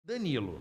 Danilo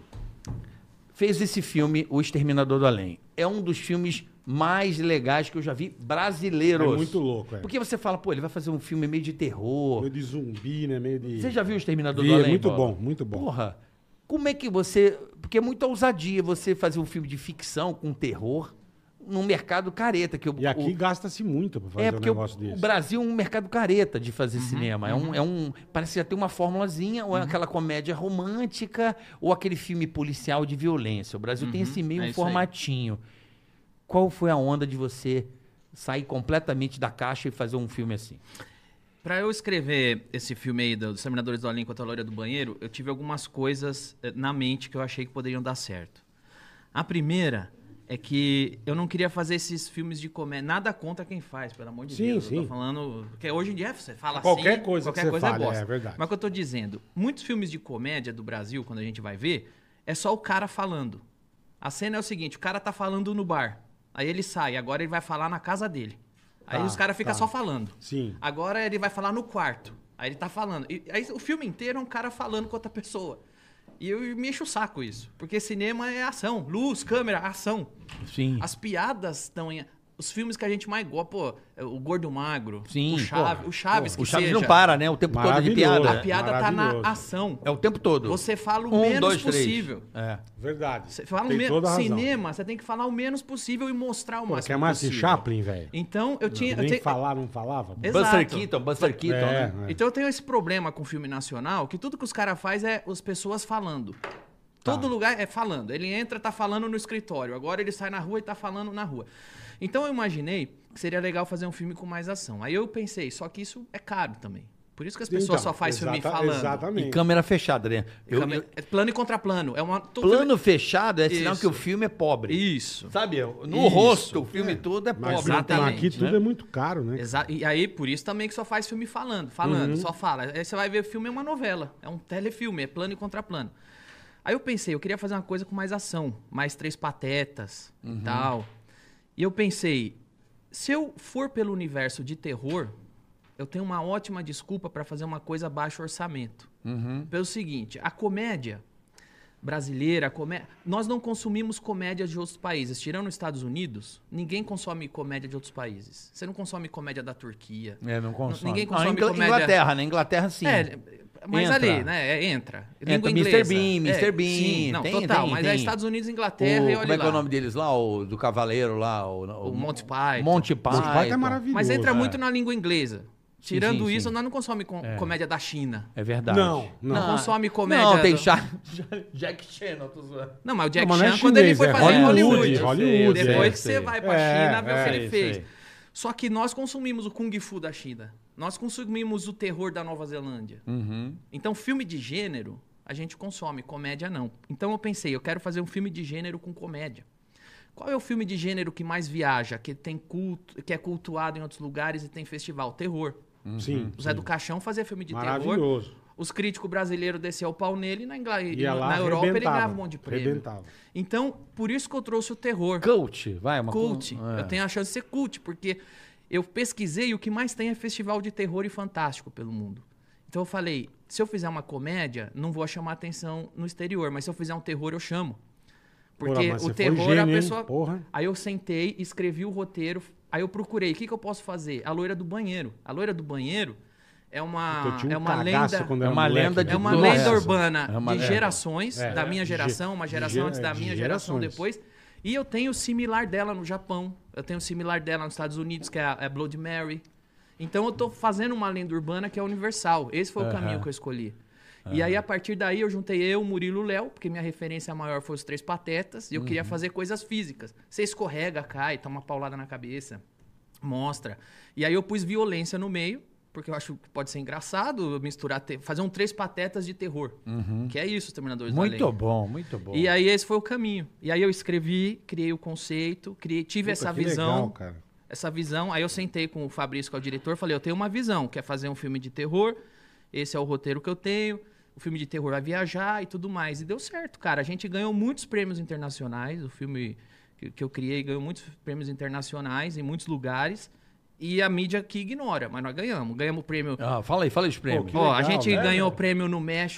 fez esse filme, O Exterminador do Além. É um dos filmes mais legais que eu já vi brasileiros. É muito louco, é. Porque você fala, pô, ele vai fazer um filme meio de terror. Meio de zumbi, né? Meio de... Você já viu O Exterminador Vi, do é Além? muito Bola? bom, muito bom. Porra, como é que você... Porque é muita ousadia você fazer um filme de ficção com terror num mercado careta. Que E aqui gasta-se muito pra fazer um porque negócio o desse. Brasil é um mercado careta de fazer cinema. Parece que já tem uma formulazinha, ou é aquela comédia romântica, ou aquele filme policial de violência. O Brasil tem esse meio é isso aí. formatinho. Qual foi a onda de você sair completamente da caixa e fazer um filme assim? Pra eu escrever esse filme aí dos Exterminadores do Além contra a Loira do Banheiro, eu tive algumas coisas na mente que eu achei que poderiam dar certo. A primeira é que eu não queria fazer esses filmes de comédia. Nada contra quem faz, pelo amor de Sim, Deus. sim. Eu tô falando... Porque hoje em dia você fala Qualquer assim... coisa que você fale, é verdade. Mas o que eu tô dizendo, muitos filmes de comédia do Brasil, quando a gente vai ver, é só o cara falando. A cena é o seguinte, o cara tá falando no bar. Aí ele sai, agora ele vai falar na casa dele. Aí Tá, os caras ficam tá. só falando. Sim. Agora ele vai falar no quarto. Aí ele tá falando. E aí o filme inteiro é um cara falando com outra pessoa. E eu me encho o saco isso. Porque cinema é ação. Luz, câmera, ação. Sim. As piadas estão em... Os filmes que a gente mais gosta, pô, o Gordo Magro, Sim, o Chaves, porra, o Chaves, O que Chaves seja. não para, né? O tempo todo de Maravilhoso. piada. A piada tá na Maravilhoso. ação. É o tempo todo. Você fala o 1, menos 2, 3. possível. É. Verdade. Você fala o Tem menos. toda a razão. Cinema, você tem que falar o menos possível e mostrar o Pô, máximo quer mais esse possível. Chaplin, velho? Então, eu tinha... Nem eu te- falar, não falava? Exato. Buster Keaton, É, né? Então eu tenho esse problema com filme nacional, que tudo que os caras fazem é as pessoas falando. Todo lugar é falando. Ele entra, tá falando no escritório. Agora ele sai na rua e tá falando na rua. Então eu imaginei que seria legal fazer um filme com mais ação. Aí eu pensei, só que isso é caro também. Por isso que as pessoas só fazem filme falando. Exatamente. E câmera fechada, né? É plano e contraplano. É uma... Plano fechado é sinal Isso. que o filme é pobre. Isso. Sabe? No Isso. rosto, o filme todo é Mas, pobre. Exatamente, aqui tudo né? é muito caro, né? E aí, por isso também que só faz filme falando, só fala. Aí você vai ver o filme, é uma novela, é um telefilme, é plano e contraplano. Aí eu pensei, eu queria fazer uma coisa com mais ação, mais Três Patetas e tal. E eu pensei, se eu for pelo universo de terror, eu tenho uma ótima desculpa para fazer uma coisa baixo orçamento. Pelo seguinte, a comédia brasileira, nós não consumimos comédias de outros países. Tirando os Estados Unidos, ninguém consome comédia de outros países. Você não consome comédia da Turquia. É, não consome. Ninguém consome comédia... Inglaterra, né? Inglaterra, sim. Mas Entra. ali, né? Entra. Língua Entra inglesa. Mr. Bean. Sim, não, Tem, total. tem, mas tem. é Estados Unidos, Inglaterra e olha Como é que lá. é o nome deles lá? O do Cavaleiro lá? O Monty Python. Monty Python. Monty Python é maravilhoso. Mas entra é. muito na língua inglesa. Tirando sim, isso, sim. nós não consomemos comédia da China. É verdade. Não. Não consome comédia... Não, tem do- Jack Chan, não tô zoando. Não, mas o Jack Não, mas não é Chan, quando ele chinês, foi é fazer em Hollywood, Hollywood. Hollywood, Depois é, que você sei. vai pra É, China, vê o que ele sei, fez. sei. Só que nós consumimos o Kung Fu da China. Nós consumimos o terror da Nova Zelândia. Então, filme de gênero, a gente consome, comédia não. Então eu pensei, eu quero fazer um filme de gênero com comédia. Qual é o filme de gênero que mais viaja, que tem culto, que é cultuado em outros lugares e tem festival? Terror. Sim. O Zé do Caixão fazia filme de terror. Maravilhoso. Os críticos brasileiros desciam o pau nele e Ia lá, na Europa ele arrebentava, ganhava um monte de prêmio. arrebentava. Então, por isso que eu trouxe o terror. Cult, vai, uma Cult. É. Eu tenho a chance de ser cult, porque eu pesquisei e o que mais tem é festival de terror e fantástico pelo mundo. Então eu falei, se eu fizer uma comédia, não vou chamar atenção no exterior, mas se eu fizer um terror, eu chamo. Porque Porra, mas o você foi terror, gênio, a hein? pessoa... Porra. Aí eu sentei, escrevi o roteiro, aí eu procurei, o que eu posso fazer? A Loira do Banheiro. A Loira do Banheiro é Eu uma, tinha um é uma cagaço lenda... quando É era uma moleque, lenda velho. de É uma Nossa. lenda urbana É uma de lenda. gerações, É, da minha geração, uma geração antes da de minha, geração gerações. depois. E eu tenho similar dela no Japão. Eu tenho similar dela nos Estados Unidos, que é a Blood Mary. Então eu tô fazendo uma lenda urbana que é universal. Esse foi o caminho que eu escolhi. E aí, a partir daí, eu juntei eu, Murilo e o Léo, porque minha referência maior foi os Três Patetas, e eu queria fazer coisas físicas. Você escorrega, cai, toma uma paulada na cabeça, mostra. E aí eu pus violência no meio, porque eu acho que pode ser engraçado misturar, fazer um Três Patetas de terror. Que é isso, os Terminadores da Lei. Muito bom, muito bom. E aí esse foi o caminho. E aí eu escrevi, criei o conceito, tive Puta, essa que visão. legal, cara. Essa visão, aí eu sentei com o Fabrício, que é o diretor, falei, eu tenho uma visão, que é fazer um filme de terror, esse é o roteiro que eu tenho, o filme de terror vai viajar e tudo mais. E deu certo, cara. A gente ganhou muitos prêmios internacionais, o filme que eu criei ganhou muitos prêmios internacionais em muitos lugares, e a mídia que ignora, mas nós ganhamos. Ganhamos o prêmio... Fala aí os prêmios. Pô, que Ó, a legal, gente velho. ganhou o prêmio no México,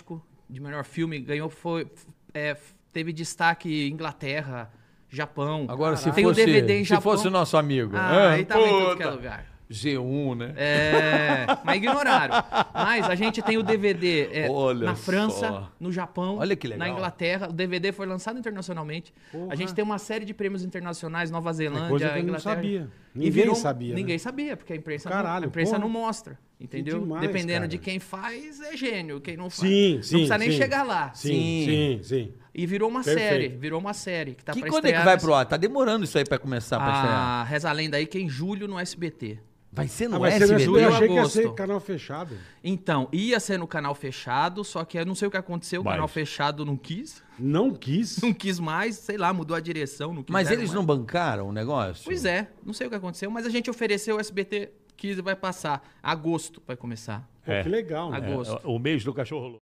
de melhor filme, ganhou, teve destaque Inglaterra, Japão. Agora, tem o DVD em se Japão. fosse o nosso amigo. Aí tava em tudo que é lugar. G1, né? Mas ignoraram. Mas a gente tem o DVD Olha na França, só. no Japão, Olha que legal. na Inglaterra. O DVD foi lançado internacionalmente. Porra. A gente tem uma série de prêmios internacionais, Nova Zelândia, coisa que eu não Inglaterra. sabia. E Ninguém sabia, né? Ninguém sabia, porque a imprensa, Caralho, a imprensa porra. não mostra. Entendeu? demais, Dependendo cara. de quem faz, é gênio. Quem não faz. Sim, não sim. precisa nem sim. chegar lá. Sim. E virou uma Perfeito. série. Virou uma série. Que tá pra Quando é que estrear vai nessa- pro ar? Tá demorando isso aí pra começar pra estrear. Ah, reza a lenda aí que é em julho no SBT. Vai ser no Mas você não SBT? eu achei que ia agosto. ser canal fechado. Então, ia ser no canal fechado, só que eu não sei o que aconteceu, o Mas- canal fechado não quis. Não quis. Não quis mais, sei lá, mudou a direção, não quiseram Mas eles mais. não bancaram o negócio? Pois é, não sei o que aconteceu, mas a gente ofereceu, o SBT quis e vai passar. Agosto vai começar. Pô, que legal, né? Agosto. O mês do cachorro louco.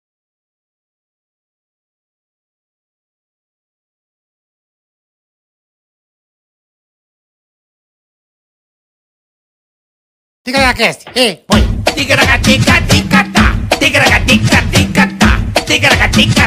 Ticaracast, põe. Ticaracatica, ticatá. Ticaracatica, ticatá. Ticaracatica,